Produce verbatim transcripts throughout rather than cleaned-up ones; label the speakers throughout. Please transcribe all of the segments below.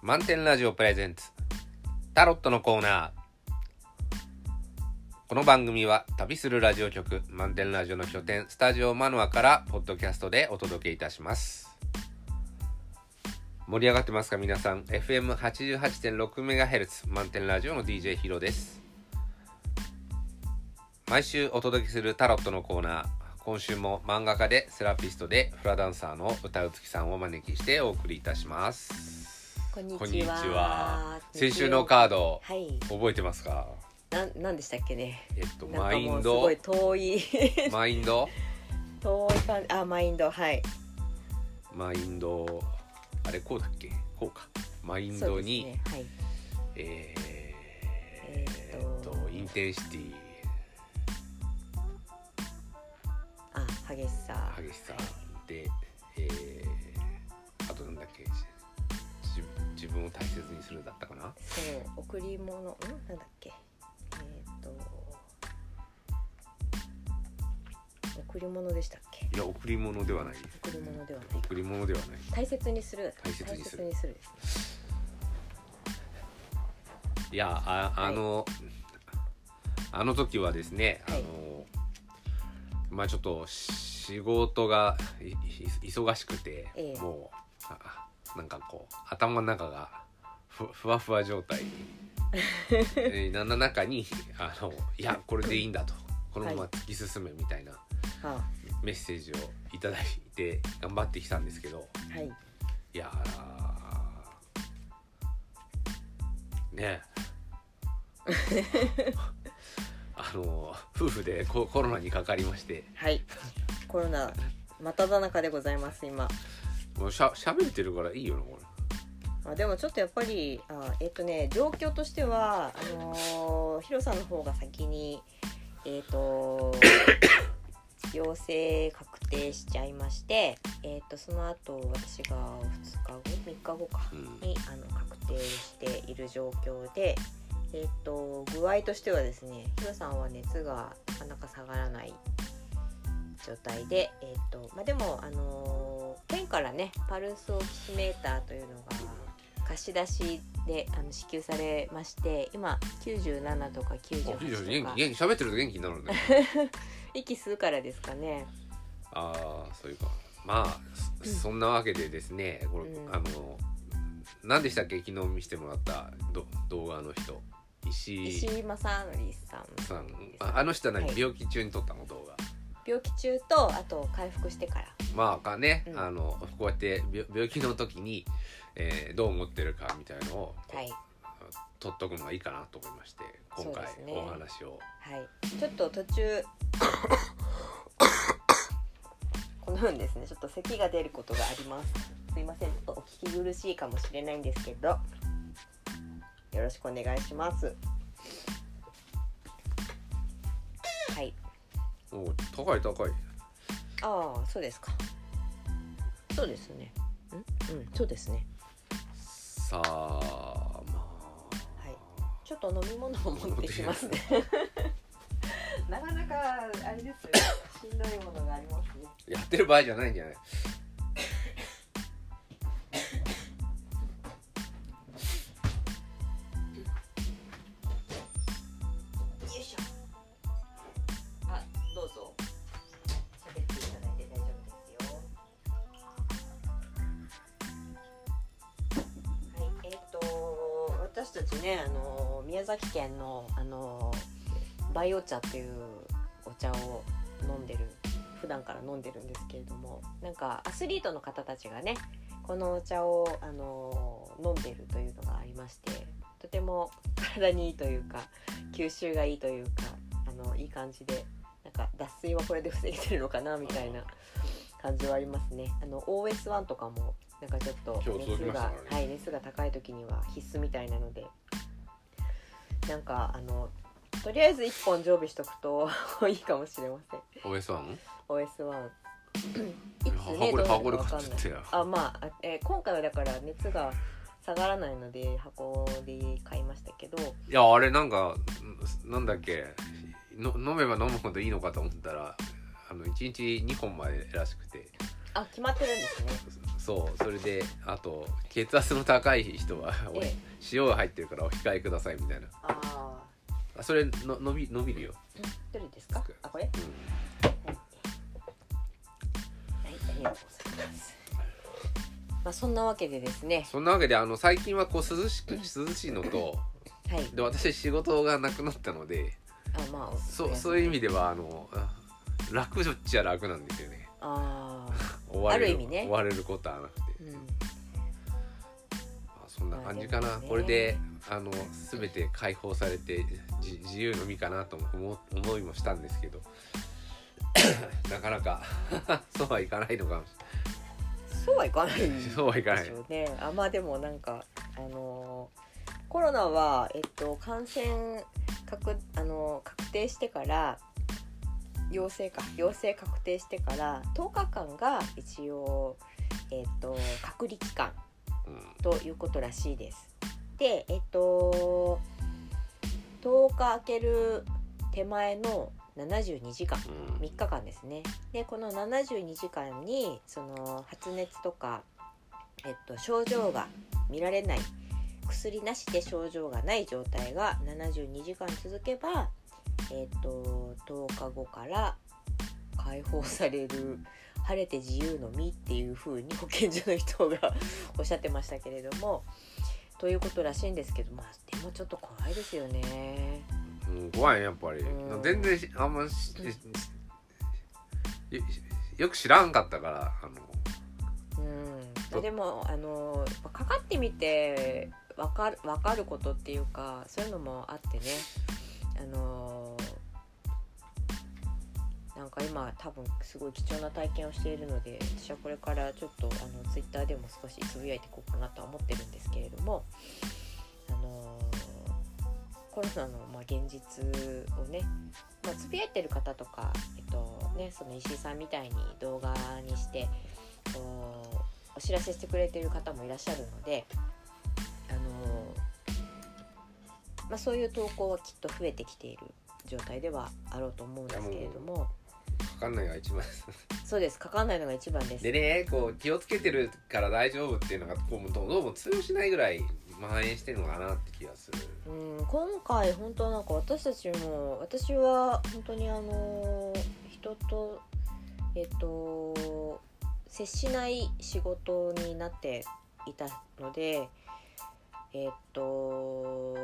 Speaker 1: 満点ラジオプレゼンツタロットのコーナー。この番組は旅するラジオ局満点ラジオの拠点スタジオマノアからポッドキャストでお届けいたします。盛り上がってますか皆さん。 エフエムはちじゅうはちてんろくメガヘルツ 満点ラジオの ディージェー ヒロです。毎週お届けするタロットのコーナー、今週も漫画家でセラピストでフラダンサーの歌うつきさんをお招きしてお送りいたします。
Speaker 2: こんにちは。
Speaker 1: こんにちは。先週のカード、はい、覚えてますか？
Speaker 2: な、なんでしたっけね。
Speaker 1: えっとマインド。
Speaker 2: すごい遠い。
Speaker 1: マインド。
Speaker 2: 遠い感じ。あ、マインド、はい。
Speaker 1: マインド。あれこうだっけ？こうか。マインドに、ね、はい、えー、えー、っとインテンシティ。
Speaker 2: あ、激しさ。
Speaker 1: 激しさで、えー、あとなんだっけ？自分を大切にするだったかな。
Speaker 2: そう、贈り物、んなんだっけ、えっ、ー、と贈り物でしたっけ。
Speaker 1: いや、贈り物ではない。
Speaker 2: 贈り物ではない。
Speaker 1: 贈り物ではない。
Speaker 2: 大切にする。
Speaker 1: 大切にする。
Speaker 2: 大切にするです
Speaker 1: ね。いや、あ、あの、はい、あの時はですね、はい、あのまあちょっと仕事が忙しくて、ええ、もうなんかこう頭の中が ふ, ふわふわ状態になな中にあのいやこれでいいんだと、このまま突き進めみたいなメッセージをいただいて頑張ってきたんですけど、はい、いやねあの夫婦で コ, コロナにかかりまして、
Speaker 2: はい、コロナ真っ只中でございます今。
Speaker 1: もうしゃ喋ってるからいいよなこれ。
Speaker 2: あ、でもちょっとやっぱりあえっ、ー、とね状況としてはあのー、ヒロさんの方が先にえっ、ー、と陽性確定しちゃいまして、えっ、ー、とその後私がふつかごみっかごかに、うん、あの確定している状況で、えっ、と具合としてはですね、ヒロさんは熱がなかなか下がらない状態で、えっ、とまあでもあのー、県からねパルスオキシメーターというのが貸し出しであの支給されまして、今きゅうじゅうななとかきゅうじゅうはちとか。
Speaker 1: 元気元気喋ってると元気になるね。
Speaker 2: 息吸うからですかね。
Speaker 1: ああ、そういうか。まあ、うん、そんなわけでですね、これ、うん、あの何でしたっけ、昨日見せてもらった動画の人、石井
Speaker 2: 石井正則さん
Speaker 1: さん。あ, あの人は何、はい、病気中に撮ったの動画。
Speaker 2: 病気中とあと回復してから。
Speaker 1: まあかね、うん、あのこうやって病気の時に、えー、どう思ってるかみたいのを、はい、取っとくのがいいかなと思いまして、今回お話を、
Speaker 2: ね、はい、ちょっと途中このようにですねちょっと咳が出ることがあります。すいません、ちょっとお聞き苦しいかもしれないんですけどよろしくお願いします。はい。
Speaker 1: お、高い高い。
Speaker 2: ああ、そうですか。そうですね。ん、うん、そうですね。
Speaker 1: さあ、まあ、
Speaker 2: はい。ちょっと飲み物を持ってきますね。なかなかあれですよ。しんどいものがありますね。
Speaker 1: やってる場合じゃないんじゃない？
Speaker 2: 私たちね、あの宮崎県の、あのバイオ茶っていうお茶を飲んでる、普段から飲んでるんですけれども、なんかアスリートの方たちがねこのお茶を、あの飲んでるというのがありまして、とても体にいいというか吸収がいいというか、あのいい感じで、なんか脱水はこれで防げてるのかなみたいな感じはありますね。あの オーエスワン とかもなんかちょっと熱が、ね、はい、熱が高い時には必須みたいなので、なんかあのとりあえずいっぽん常備しとくといいかもしれません。
Speaker 1: オーエスワン？
Speaker 2: オーエスワン
Speaker 1: いつねどうなるか分かんない。
Speaker 2: あ、まあ、えー、今回はだから熱が下がらないので箱で買いましたけど、い
Speaker 1: やあれなんかなんだっけの飲めば飲むほどいいのかと思ったら、あのいちにちにほんまでらしくて、
Speaker 2: あ、決まってるんですね。
Speaker 1: そうそれであと血圧の高い人は、ええ、塩が入ってるからお控えくださいみたいな。
Speaker 2: あ
Speaker 1: あ、それの伸び伸びるよ。
Speaker 2: どれですか？あ、これ、うん、はい、はい、ありがとうございます。まあそんなわけでですね、
Speaker 1: そんなわけであの最近はこう涼しく涼しいのと、
Speaker 2: はい、
Speaker 1: で私仕事がなくなったので、
Speaker 2: あ、まあ、
Speaker 1: そそういう意味ではあの楽っちゃ楽なんですよね。
Speaker 2: あ
Speaker 1: 終われる、
Speaker 2: ある意味ね、
Speaker 1: 終われることはなくて、うん、まあ、そんな感じかな、
Speaker 2: ね、
Speaker 1: これであの全て解放されてじ自由の身かなと思思いもしたんですけどなかなかそうはいかないのかもしれない。
Speaker 2: そうはいかない
Speaker 1: そうはいかない
Speaker 2: でしょうね。あ、まあでもなんかあのコロナはえっと感染確あの確定してから陽性か陽性確定してからとおかかんが一応えっと隔離期間ということらしいです。で、えっととおか空ける手前のななじゅうにじかん、みっかかんですね。でこのななじゅうにじかんにその発熱とか、えっと、症状が見られない、薬なしで症状がない状態がななじゅうにじかん続けば、えっと、とおかごから解放される晴れて自由の身っていう風に保健所の人がおっしゃってましたけれども、ということらしいんですけど、まあでもちょっと怖いですよね。
Speaker 1: うん、怖いねやっぱり、うん、全然あんまし、うん、よ, よく知らんかったからあ
Speaker 2: の、うん、でもあのかかってみて分かる、分かることっていうかそういうのもあってね、あのなんか今多分すごい貴重な体験をしているので、私はこれからちょっとあのツイッターでも少しつぶやいていこうかなとは思ってるんですけれども、あのコロナのまあ現実をね、まあ、つぶやいてる方とか、えっとね、その石井さんみたいに動画にしてお知らせしてくれてる方もいらっしゃるので、あの、まあ、そういう投稿はきっと増えてきている状態ではあろうと思うんですけれども、
Speaker 1: かかんないのが一番です
Speaker 2: そうです、かかんないのが一番です。
Speaker 1: でね、こう気をつけてるから大丈夫っていうのがこうどうも通用しないぐらい蔓延してるのかなって気がする。
Speaker 2: うん、今回本当なんか私たちも、私は本当にあの人とえっと接しない仕事になっていたので、えっと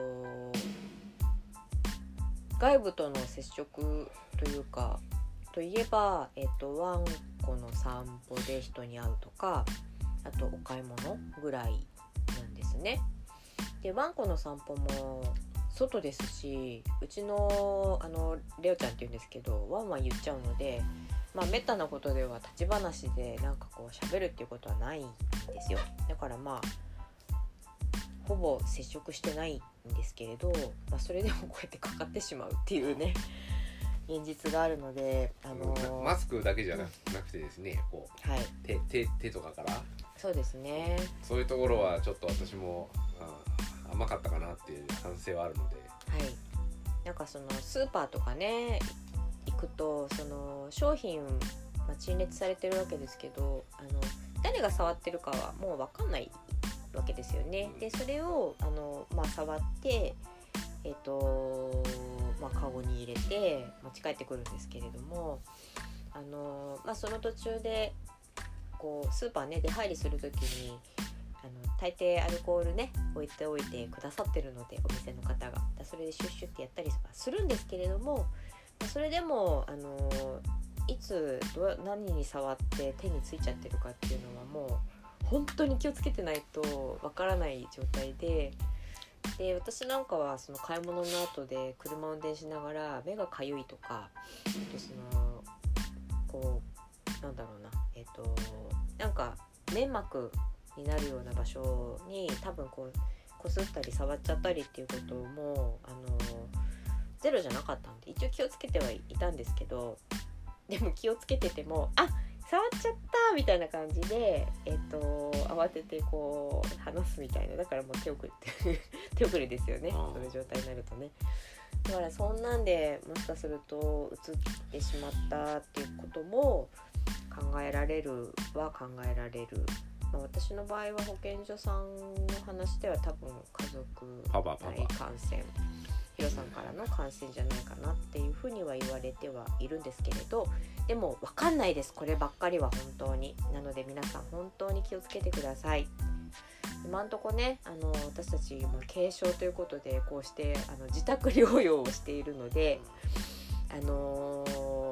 Speaker 2: 外部との接触というかといえば、えっとワンコの散歩で人に会うとか、あとお買い物ぐらいなんですね。でワンコの散歩も外ですし、うちのあのレオちゃんっていうんですけど、ワンワン言っちゃうので、まあめったなことでは立ち話でなんかこう喋るっていうことはないんですよ。だからまあほぼ接触してないんですけれど、まあ、それでもこうやってかかってしまうっていうね現実があるので、あのー、
Speaker 1: マスクだけじゃなくてですね、こう、はい、手, 手, 手とかから
Speaker 2: そうですね、
Speaker 1: そういうところはちょっと私も甘かったかなっていう反省はあるので、
Speaker 2: はい、なんかそのスーパーとかね行くと、その商品、まあ、陳列されてるわけですけど、あの誰が触ってるかはもう分かんないわけですよね。でそれをあの、まあ、触ってえっとまあ、カゴに入れて持ち帰ってくるんですけれども、あの、まあ、その途中でこうスーパーね出入りするときにあの大抵アルコールね置いておいてくださってるので、お店の方がそれでシュッシュってやったりするんですけれども、それでもあのいつど何に触って手についちゃってるかっていうのはもう本当に気をつけてないとわからない状態で、で私なんかはその買い物の後で車を運転しながら目がかゆいとか、あとそのこうなんだろうな、えっとなんか粘膜になるような場所に多分こうこすったり触っちゃったりっていうこともあのゼロじゃなかったんで、一応気をつけてはいたんですけど、でも気をつけててもあ触っちゃったみたいな感じで、えっと慌ててこう離すみたいな、だからもう手遅れ手遅れですよね、そういう状態になるとね。だからそんなんでもしかすると移ってしまったっていうことも考ええられるは考えられる、まあ、私の場合は保健所さんの話では多分家族内感染ヒロさんからの感染じゃないかなっていうふうには言われてはいるんですけれど、でも分かんないです、こればっかりは本当に。なので皆さん本当に気をつけてください。今んとこね、あの私たちも軽症ということでこうしてあの自宅療養をしているので、あの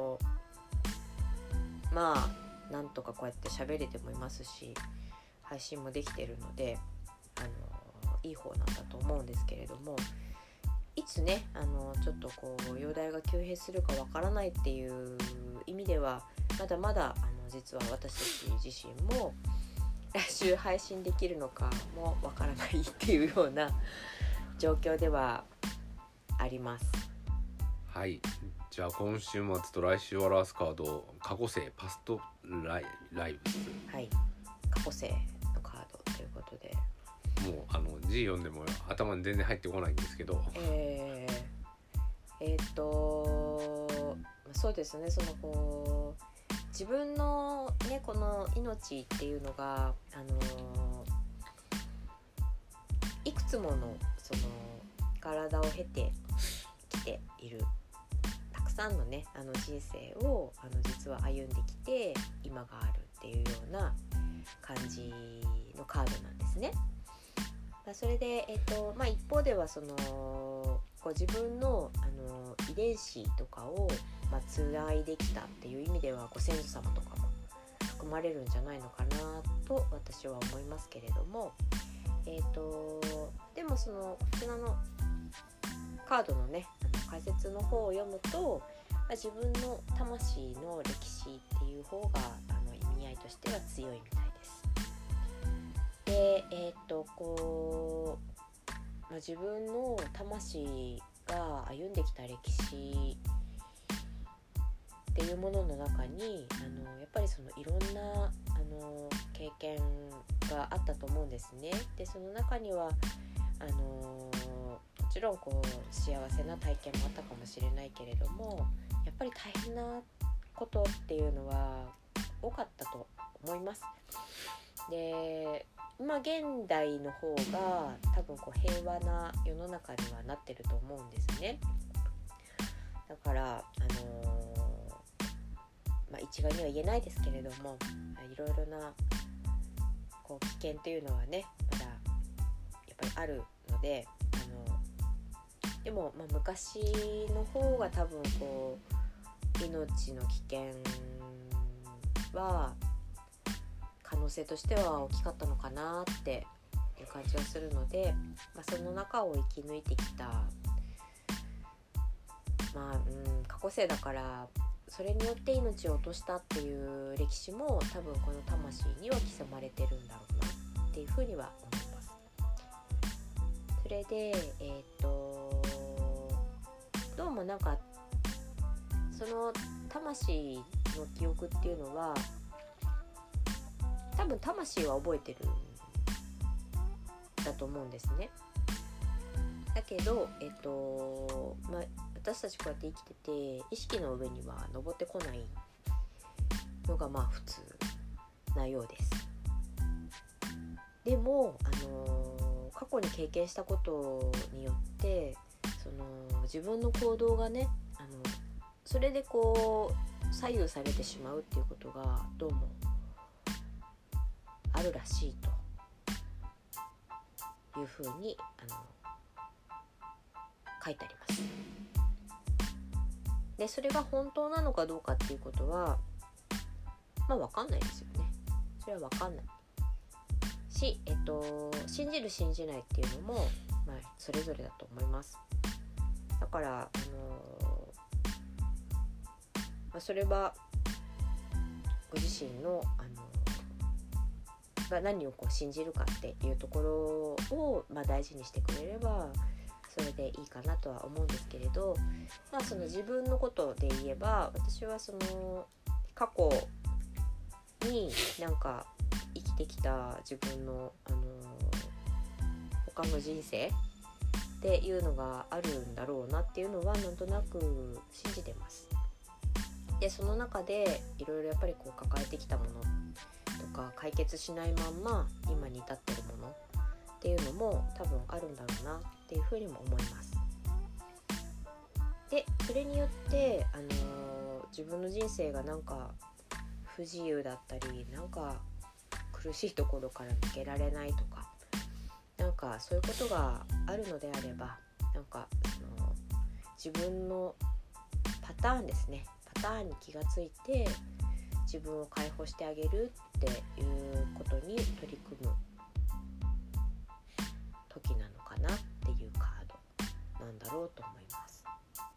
Speaker 2: ー、まあなんとかこうやって喋れてもいますし配信もできているので、あのー、いい方なんだと思うんですけれども、いつね、あのちょっとこう容体が急変するかわからないっていう意味ではまだまだあの実は私たち自身も来週配信できるのかもわからないっていうような状況ではあります。
Speaker 1: はい、じゃあ今週末と来週を表すカード、過去世パストライライブス、
Speaker 2: はい、過去世のカードということで、
Speaker 1: もうあの字読んでも頭に全然入ってこないんですけど、
Speaker 2: えー、えー、っとそうですね、そのこう自分のねこの命っていうのが、あのいくつものその体を経てきているたくさんのねあの人生をあの実は歩んできて今があるっていうような感じのカードなんですね。それで、えっとまあ、一方ではそのこう自分の、あの遺伝子とかを、まあ、つないできたっていう意味ではご先祖様とかも含まれるんじゃないのかなと私は思いますけれども、えっとでもそのこちらのカードのねあの解説の方を読むと、まあ、自分の魂の歴史っていう方があの意味合いとしては強いみたいです。で、えっとこう、まあ、自分の魂が歩んできた歴史っていうものの中にあのやっぱりそのいろんなあの経験があったと思うんですね。でその中にはあのもちろんこう幸せな体験もあったかもしれないけれども、やっぱり大変なことっていうのは多かったと思います。で今現代の方が多分こう平和な世の中にはなってると思うんですね。だからあのー、まあ一概には言えないですけれども、いろいろなこう危険というのはねまだやっぱりあるので、あのでもまあ昔の方が多分こう命の危険は可能性としては大きかったのかなっていう感じはするので、まあ、その中を生き抜いてきた、まあうん、過去世だからそれによって命を落としたっていう歴史も多分この魂には刻まれてるんだろうなっていうふうには思います。それで、えー、っとどうもなんかその魂の記憶っていうのは多分魂は覚えてるんだと思うんですね。だけど、えっとまあ、私たちこうやって生きてて意識の上には登ってこないのがまあ普通なようです。でも、あの過去に経験したことによってその自分の行動がねあのそれでこう左右されてしまうっていうことがどうもあるらしいというふうにあの書いてあります。でそれが本当なのかどうかっていうことはまあ分かんないですよね。それは分かんないし、えっと、信じる信じないっていうのも、まあ、それぞれだと思います。だから、あのまあ、それはご自身の、あのが何をこう信じるかっていうところを、まあ、大事にしてくれればそれでいいかなとは思うんですけれど、まあ、その自分のことで言えば私はその過去になんか生きてきた自分の、あの他の人生っていうのがあるんだろうなっていうのはなんとなく信じてます。 でその中でいろいろやっぱりこう抱えてきたものとか解決しないまんま今に至ってるものっていうのも多分あるんだろうなっていうふうにも思います。でそれによって、あのー、自分の人生がなんか不自由だったりなんか苦しいところから抜けられないとかなんかそういうことがあるのであればなんかその自分のパターンですねパターンに気がついて自分を解放してあげるっていうことに取り組む時なのかなっていうカードなんだろうと思います。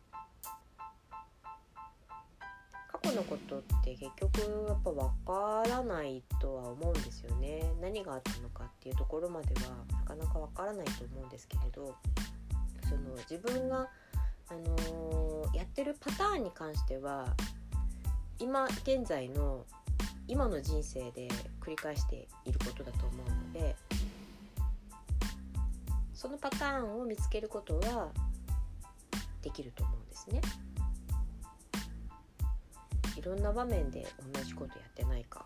Speaker 2: 過去のことって結局やっぱ分からないとは思うんですよね。何があったのかっていうところまではなかなか分からないと思うんですけれど、その自分が、あのー、やってるパターンに関しては今現在の今の人生で繰り返していることだと思うので、そのパターンを見つけることはできると思うんですね。いろんな場面で同じことやってないか、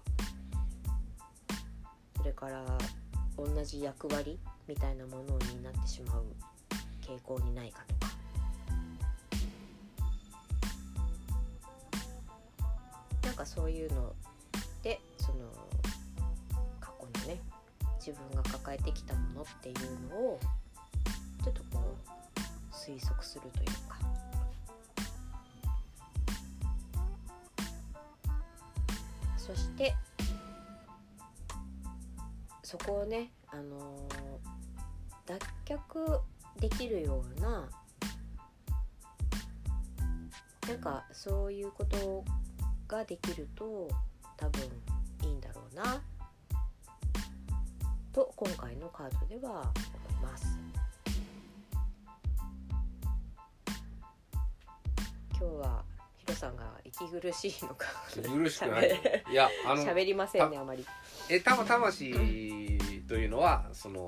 Speaker 2: それから同じ役割みたいなものになってしまう傾向にないかとか、なんかそういうのでその過去のね自分が抱えてきたものっていうのをちょっとこう推測するというか、そしてそこをね、あのー、脱却できるようななんかそういうことができると多分いいんだろうなと今回のカードでは思います。今日はヒロさんが息苦しいのか
Speaker 1: 息苦しくないいやあの
Speaker 2: 喋りませんねあまり。
Speaker 1: えた魂というのはその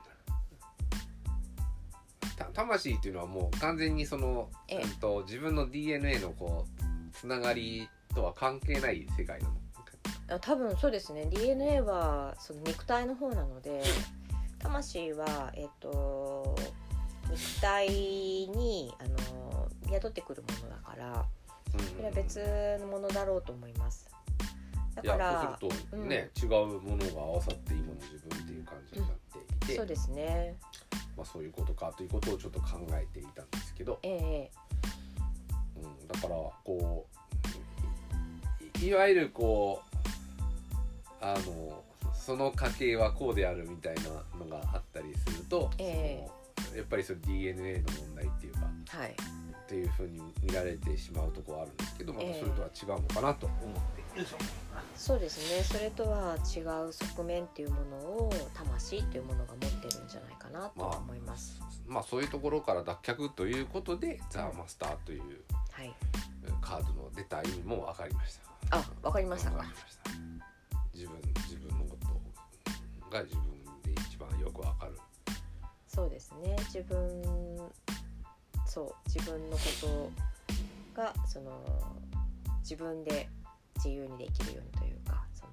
Speaker 1: 魂っていうのはもう完全にその、ええと、自分の ディーエヌエー のこうつながりとは関係ない世界なの？
Speaker 2: あ、多分そうですね。 ディーエヌエー はその肉体の方なので、魂は、えーと、肉体にあの宿ってくるものだから、それは別のものだろうと思います。だから
Speaker 1: そうするとね、うん、違うものが合わさって今の自分っていう感じになっていて、
Speaker 2: うん、そうですね、
Speaker 1: まあ、そういうことかということをちょっと考えていたんですけど、
Speaker 2: え
Speaker 1: ーうん、だからこう い, いわゆるこうあのその家系はこうであるみたいなのがあったりすると、えー、そのやっぱりその ディーエヌエー の問題っていうか、
Speaker 2: はい、
Speaker 1: っていう風に見られてしまうところはあるんですけど、またそれとは違うのかなと思っている、
Speaker 2: えー、そうですね。それとは違う側面っていうものを魂っていうものが持ってるんじゃないかなと思います。
Speaker 1: まあ、まあそういうところから脱却ということで、うん、ザ・マスターという、はい、カードの出た意味も分かりました。
Speaker 2: あ、分かりましたか。
Speaker 1: 分かりました。自分自分のことが自分で一番よく分かる。
Speaker 2: そうですね。自分そう自分のことがその自分で自由にできるようにというか、そ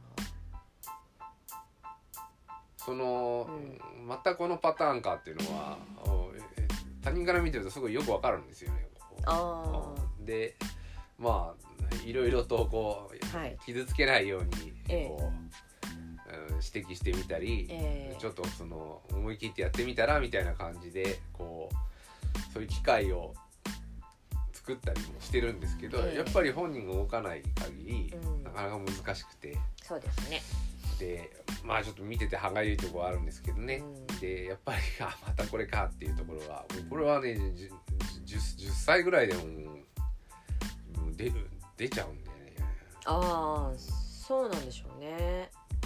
Speaker 2: の
Speaker 1: その、うん、またこのパターンかっていうのは他人から見てるとすごいよくわかるんですよね。
Speaker 2: あ
Speaker 1: でまあいろいろとこう、はい、傷つけないようにこう、ええ、指摘してみたり、ええ、ちょっとその思い切ってやってみたらみたいな感じでこうそういう機会を作ったりもしてるんですけど、えー、やっぱり本人が動かない限り、うん、なかなか難しくて、
Speaker 2: そうですね。
Speaker 1: でまあちょっと見てて歯がゆいところはあるんですけどね、うん、でやっぱりあまたこれかっていうところがこれはね 10, 10歳ぐらいでも出る出ちゃうんでね。
Speaker 2: ああそうなんでしょうね。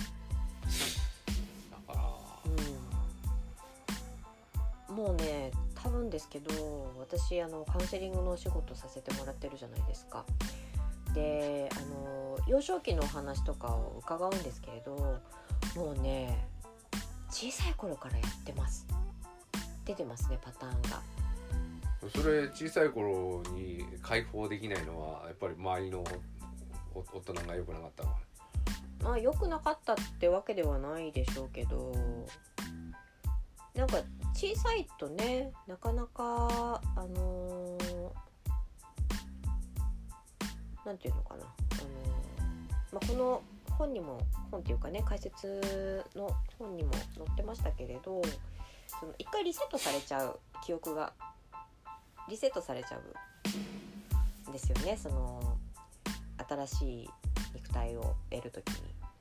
Speaker 1: だから、
Speaker 2: うん、もうね多分ですけど、私あのカウンセリングのお仕事させてもらってるじゃないですか。であの幼少期のお話とかを伺うんですけれど、もうね小さい頃からやってます。出てますね、パターンが。
Speaker 1: それ小さい頃に解放できないのはやっぱり周りの大人が良くなかったのは。
Speaker 2: まあ良くなかったってわけではないでしょうけど、なんか小さいとね、なかなかあのー、なんていうのかな、あのーまあ、この本にも本っていうかね、解説の本にも載ってましたけれど、その一回リセットされちゃう、記憶がリセットされちゃうんですよね、その新しい肉体を得るときに。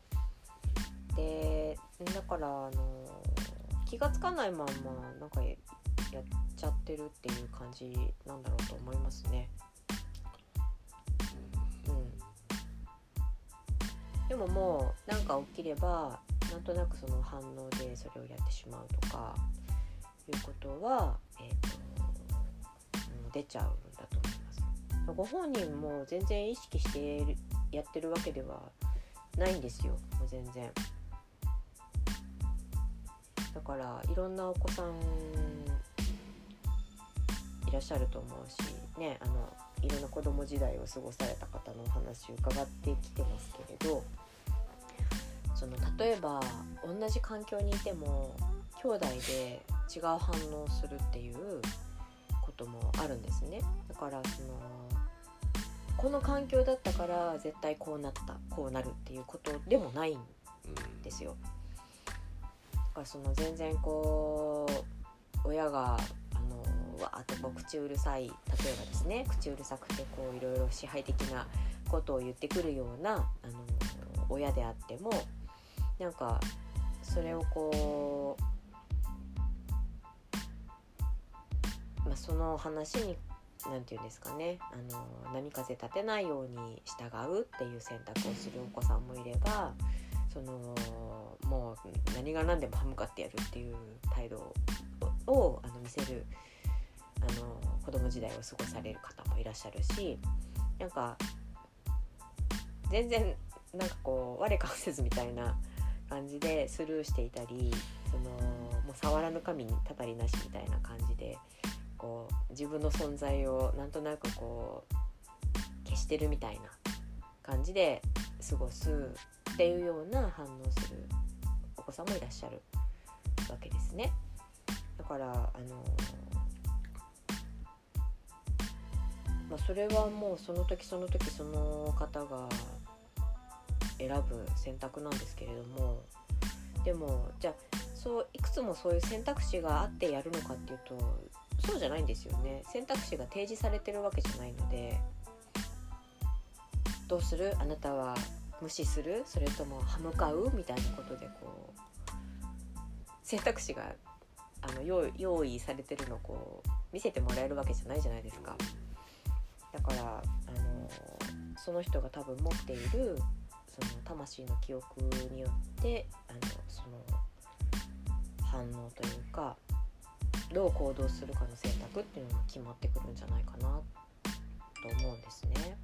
Speaker 2: でだから、あの気がつかないまんまなんか や, やっちゃってるっていう感じなんだろうと思いますね。うん、でももうなんか起きればなんとなくその反応でそれをやってしまうとかいうことは、えーとうん、出ちゃうんだと思います。ご本人も全然意識してやってるわけではないんですよ、もう全然。だからいろんなお子さんいらっしゃると思うしね、あのいろんな子供時代を過ごされた方のお話を伺ってきてますけれど、その例えば同じ環境にいても兄弟で違う反応をするっていうこともあるんですね。だからそのこの環境だったから絶対こうなった、こうなるっていうことでもないんですよ。だからその全然こう親があのわーっとこう口うるさい、例えばですね、口うるさくてこういろいろ支配的なことを言ってくるようなあの親であっても、なんかそれをこう、まあ、その話になんていうんですかね、あの波風立てないように従うっていう選択をするお子さんもいれば、そのもう何が何でも歯向かってやるっていう態度を、をあの見せるあの子供時代を過ごされる方もいらっしゃるし、なんか全然なんかこう我関せずみたいな感じでスルーしていたり、そのもう触らぬ神にたたりなしみたいな感じでこう自分の存在をなんとなくこう消してるみたいな感じで過ごすっていうような反応するお子さんもいらっしゃるわけですね。だからあの、まあ、それはもうその時その時その方が選ぶ選択なんですけれども、でもじゃあそういくつもそういう選択肢があってやるのかっていうとそうじゃないんですよね。選択肢が提示されてるわけじゃないので、どうする？あなたは無視する？それとも歯向かう？みたいなことでこう選択肢があの 用, 用意されてるのをこう見せてもらえるわけじゃないじゃないですか。だからあのその人が多分持っているその魂の記憶によってあのその反応というかどう行動するかの選択っていうのが決まってくるんじゃないかなと思うんですね。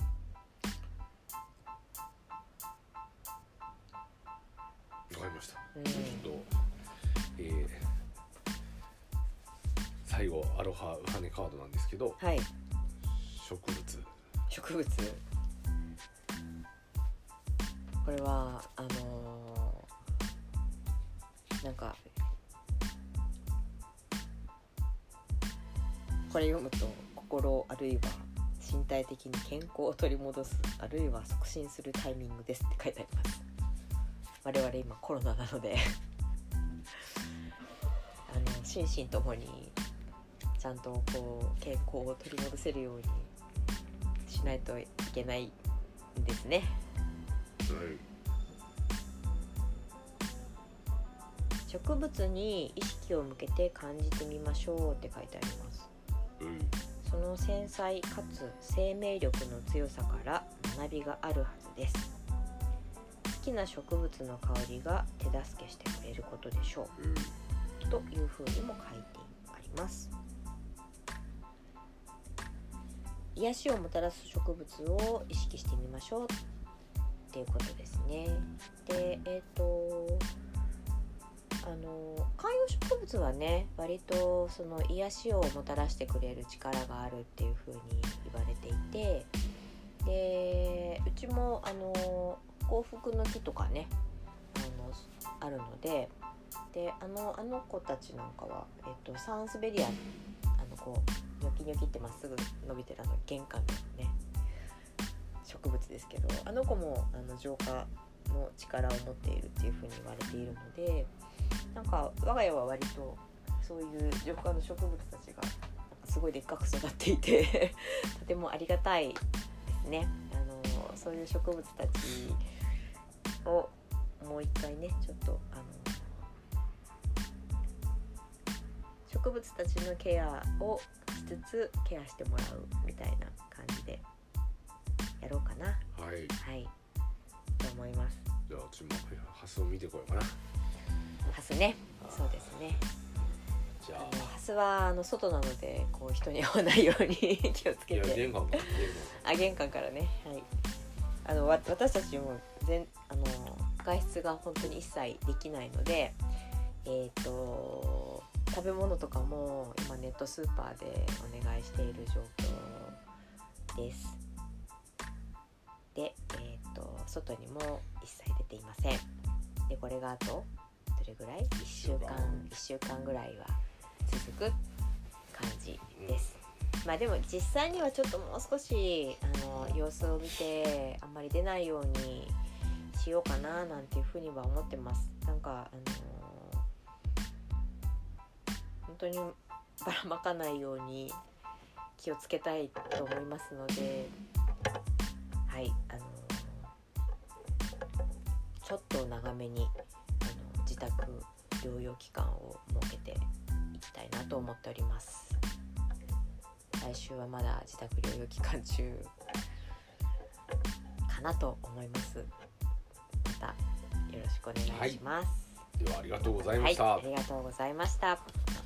Speaker 1: わかりました、うん、ちょっと、えー、最後アロハウハネカードなんですけど、
Speaker 2: はい、
Speaker 1: 植物
Speaker 2: 植物これはあのー、なんかこれ読むと心あるいは身体的に健康を取り戻すあるいは促進するタイミングですって書いてあります。我々今コロナなのであの心身ともにちゃんとこう健康を取り戻せるようにしないといけないんですね。植物に意識を向けて感じてみましょうって書いてあります、うん、その繊細かつ生命力の強さから学びがあるはずです。好きな植物の香りが手助けしてくれることでしょう、うん、というふうにも書いてあります。癒しをもたらす植物を意識してみましょうっていうことですね。で、えっとあの観葉植物はね割とその癒しをもたらしてくれる力があるっていう風に言われていて、 でうちもあの幸福の木とかねあのあるので、であのあの子たちなんかは、えっと、サンスベリア、あのこうニョキニョキってまっすぐ伸びてるあの玄関のね植物ですけど、あの子もあの浄化の力を持っているっていうふうに言われているので、なんか我が家は割とそういう浄化の植物たちがすごいでっかく育っていてとてもありがたいですね。あのそういう植物たちをもう一回ねちょっとあの植物たちのケアをしつつケアしてもらうみたいな感じでやろうかな。
Speaker 1: はい、
Speaker 2: はい、と思います。
Speaker 1: じゃあ私もハスを見てこようかな。
Speaker 2: ハスね、そうですね。
Speaker 1: じゃあ
Speaker 2: あのハスはあの外なのでこう人に会わないように気をつけて。
Speaker 1: いや玄関から
Speaker 2: あ玄関からね、はい。あのわ私たちも全あの外出が本当に一切できないので、えっと食べ物とかも今ネットスーパーでお願いしている状況です。で、えっと外にも一切出ていません。でこれがあとどれぐらいいっしゅうかんいっしゅうかんぐらいは続く感じです。うん、まあでも実際にはちょっともう少しあの様子を見てあんまり出ないようにしようかななんていうふうには思ってます。なんかあの本当にばらまかないように気をつけたいと思いますので、はいあのちょっと長めにあの自宅療養期間を設けていきたいなと思っております。来週はまだ自宅療養期間中かなと思います。またよろしくお願いします。
Speaker 1: はい、ではありがとうございました。
Speaker 2: はい、ありがとうございました。